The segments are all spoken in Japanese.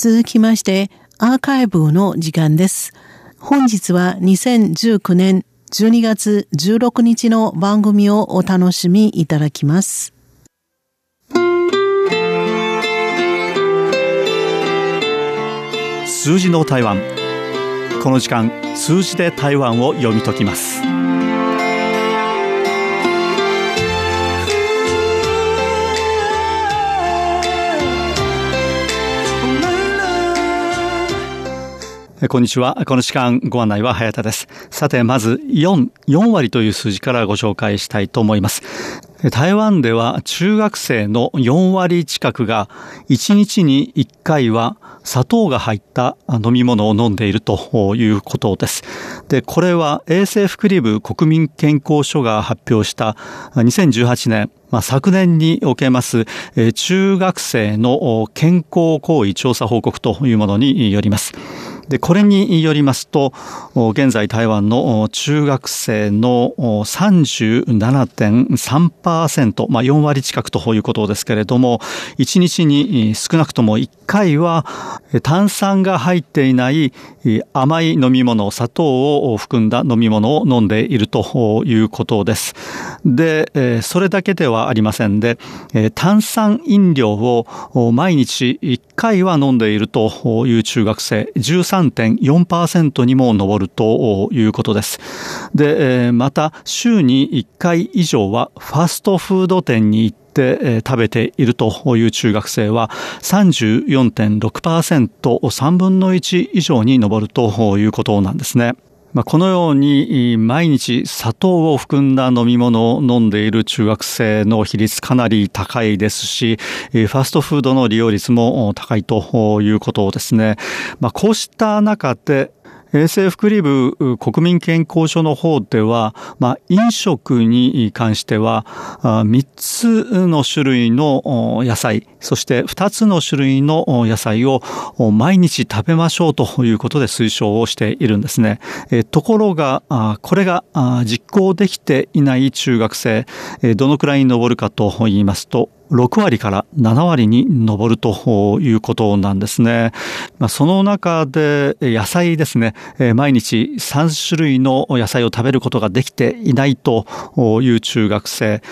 続きましてアーカイブの時間です。本日は2019年12月16日の番組をお楽しみいただきます。 数字の台湾。この時間、数字で台湾を読み解きます。こんにちは。この時間ご案内は早田です。さて、まず4割という数字からご紹介したいと思います。台湾では中学生の4割近くが1日に1回は砂糖が入った飲み物を飲んでいるということです。で、これは衛生福利部国民健康所が発表した2018年、昨年におけます中学生の健康行為調査報告というものによります。で、これによりますと、現在台湾の中学生の 37.3%、4割近くということですけれども、1日に少なくとも1回は炭酸が入っていない甘い飲み物、砂糖を含んだ飲み物を飲んでいるということです。で、それだけではありませんで、炭酸飲料を毎日1回は飲んでいるという中学生 13.4% にも上るということです。で、また週に1回以上はファストフード店に行って食べているという中学生は 34.6%、3分の1以上に上るということなんですね。このように毎日砂糖を含んだ飲み物を飲んでいる中学生の比率かなり高いですし、ファストフードの利用率も高いということですね。こうした中で衛生福利部国民健康所の方では、飲食に関しては3つの種類の野菜、そして2つの種類の野菜を毎日食べましょうということで推奨をしているんですね。ところがこれが実行できていない中学生、どのくらいに上るかと言いますと6割から7割に上るということなんですね。その中で野菜ですね、毎日3種類の野菜を食べることができていないという中学生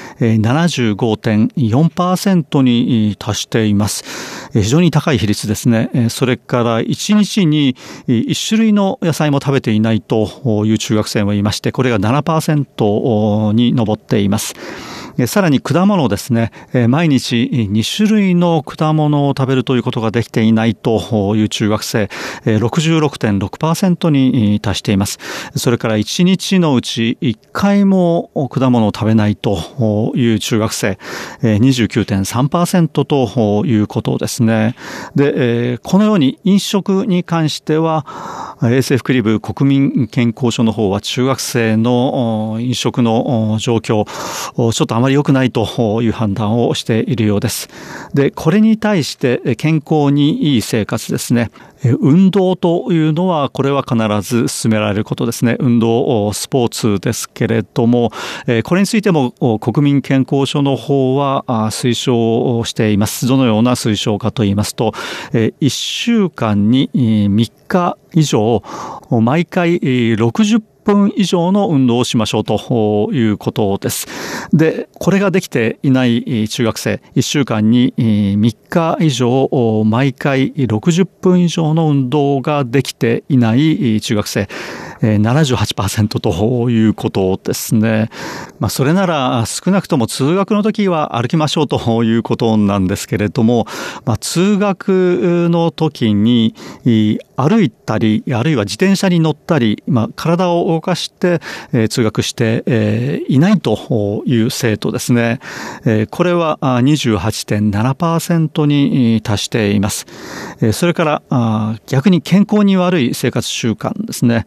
75.4% に達しています。非常に高い比率ですね。それから1日に1種類の野菜も食べていないという中学生もいまして、これが 7% に上っています。さらに果物ですね、毎日2種類の果物を食べるということができていないという中学生 66.6% に達しています。それから1日のうち1回も果物を食べないという中学生 29.3% ということですね。で、このように飲食に関しては衛生福利部国民健康所の方は中学生の飲食の状況ちょっとあまり良くないという判断をしているようです。で、これに対して健康にいい生活ですね。運動というのはこれは必ず進められることですね。運動、スポーツですけれども、これについても国民健康所の方は推奨をしています。どのような推奨かと言いますと、1週間に3日以上毎回60分以上の運動をしましょうということです。で、これができていない中学生、1週間に3日以上毎回60分以上の運動ができていない中学生 78% ということですね。それなら少なくとも通学の時は歩きましょうということなんですけれども、通学の時に歩いたり、あるいは自転車に乗ったり、体を動かして通学していないという生徒ですね。これは 28.7% に達しています。それから逆に健康に悪い生活習慣ですね。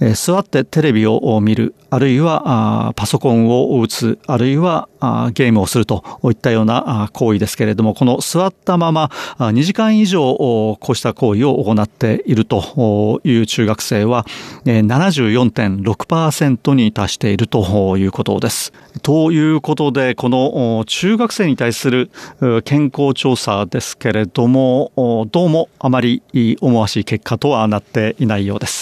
座ってテレビを見る、あるいはパソコンを打つ、あるいはゲームをするといったような行為ですけれども、この座ったまま2時間以上こうした行為を行っているという中学生は 74.6% に達しているということです。ということで、この中学生に対する健康調査ですけれども、どうもあまり思わしい結果とはなっていないようです。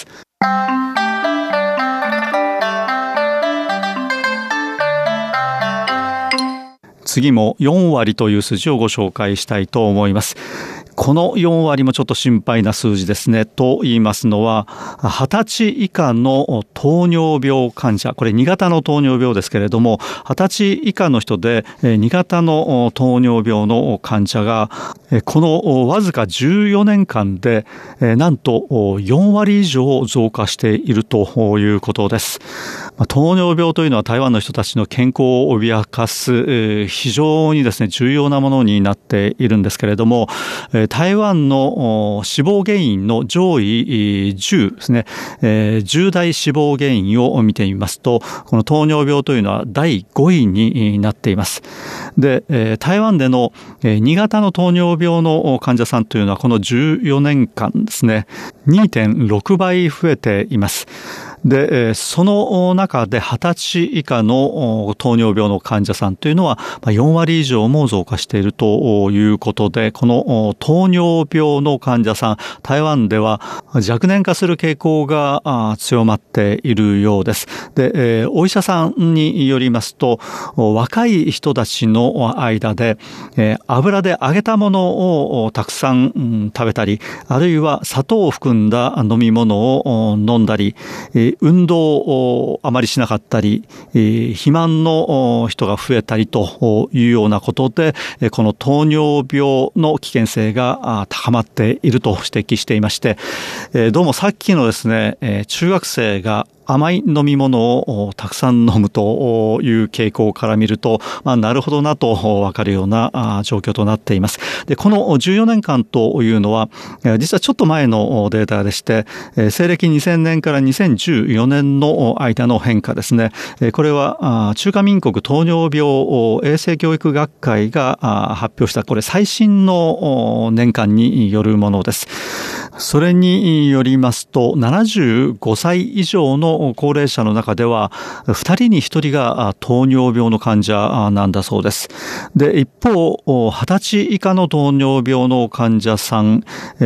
次も4割という数字をご紹介したいと思います。この4割もちょっと心配な数字ですね。と言いますのは、20歳以下の糖尿病患者、これ2型の糖尿病ですけれども、20歳以下の人で2型の糖尿病の患者が、このわずか14年間で、なんと4割以上増加しているということです。糖尿病というのは台湾の人たちの健康を脅かす非常にですね、重要なものになっているんですけれども、台湾の死亡原因の上位10ですね、10大死亡原因を見てみますと、この糖尿病というのは第5位になっています。で、台湾での2型の糖尿病の患者さんというのはこの14年間ですね、2.6 倍増えています。で、その中で20歳以下の糖尿病の患者さんというのは4割以上も増加しているということで、この糖尿病の患者さん、台湾では若年化する傾向が強まっているようです。で、お医者さんによりますと、若い人たちの間で油で揚げたものをたくさん食べたり、あるいは砂糖を含んだ飲み物を飲んだり、運動をあまりしなかったり、肥満の人が増えたりというようなことで、この糖尿病の危険性が高まっていると指摘していまして、どうもさっきのですね、中学生が甘い飲み物をたくさん飲むという傾向から見ると、なるほどなと分かるような状況となっています。で、この14年間というのは、実はちょっと前のデータでして、西暦2000年から2014年の間の変化ですね。これは中華民国糖尿病衛生教育学会が発表したこれ最新の年間によるものです。それによりますと、75歳以上の高齢者の中では2人に1人が糖尿病の患者なんだそうです。で、一方20歳以下の糖尿病の患者さん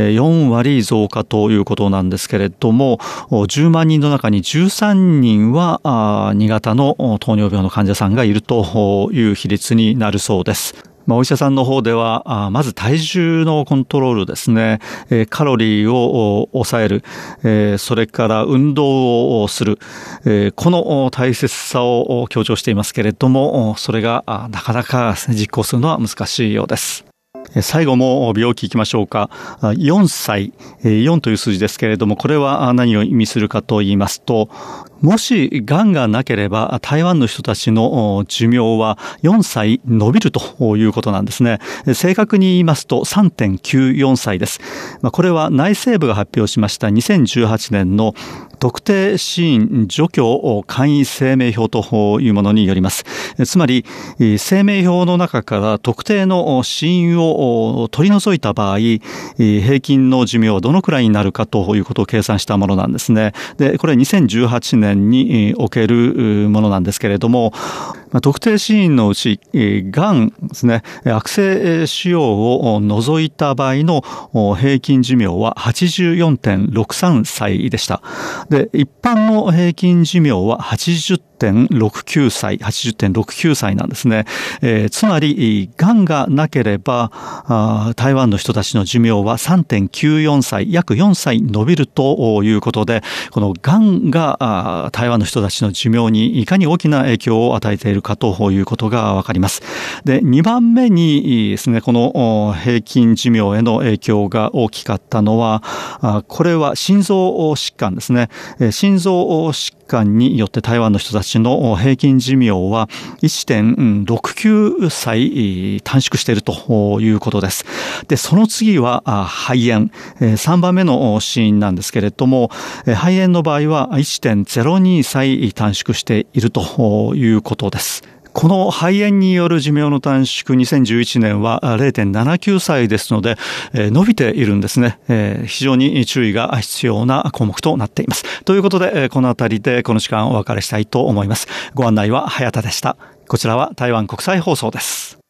4割増加ということなんですけれども、10万人の中に13人は2型の糖尿病の患者さんがいるという比率になるそうです。お医者さんの方では、まず体重のコントロールですね、カロリーを抑える、それから運動をする、この大切さを強調していますけれども、それがなかなか実行するのは難しいようです。最後も病気いきましょうか。4歳、4という数字ですけれども、これは何を意味するかと言いますと、もし癌がなければ台湾の人たちの寿命は4歳伸びるということなんですね。正確に言いますと 3.94 歳です。これは内政部が発表しました2018年の特定死因除去簡易生命表というものによります。つまり生命表の中から特定の死因を取り除いた場合、平均の寿命はどのくらいになるかということを計算したものなんですね。で、これは2018年におけるものなんですけれども、特定死因のうち、がんですね、悪性腫瘍を除いた場合の平均寿命は 84.63 歳でした。で、一般の平均寿命は80.69 歳なんですね。つまり、癌がなければ、台湾の人たちの寿命は 3.94 歳、約4歳伸びるということで、この癌が台湾の人たちの寿命にいかに大きな影響を与えているかということがわかります。で、2番目にですね、この平均寿命への影響が大きかったのは、これは心臓疾患ですね。心臓疾患によって台湾の人たちの平均寿命は 1.69 歳短縮しているということです。で、その次は肺炎、3番目の死因なんですけれども、肺炎の場合は 1.02 歳短縮しているということです。この肺炎による寿命の短縮、2011年は 0.79 歳ですので、伸びているんですね。非常に注意が必要な項目となっています。ということで、このあたりでこの時間お別れしたいと思います。ご案内は早田でした。こちらは台湾国際放送です。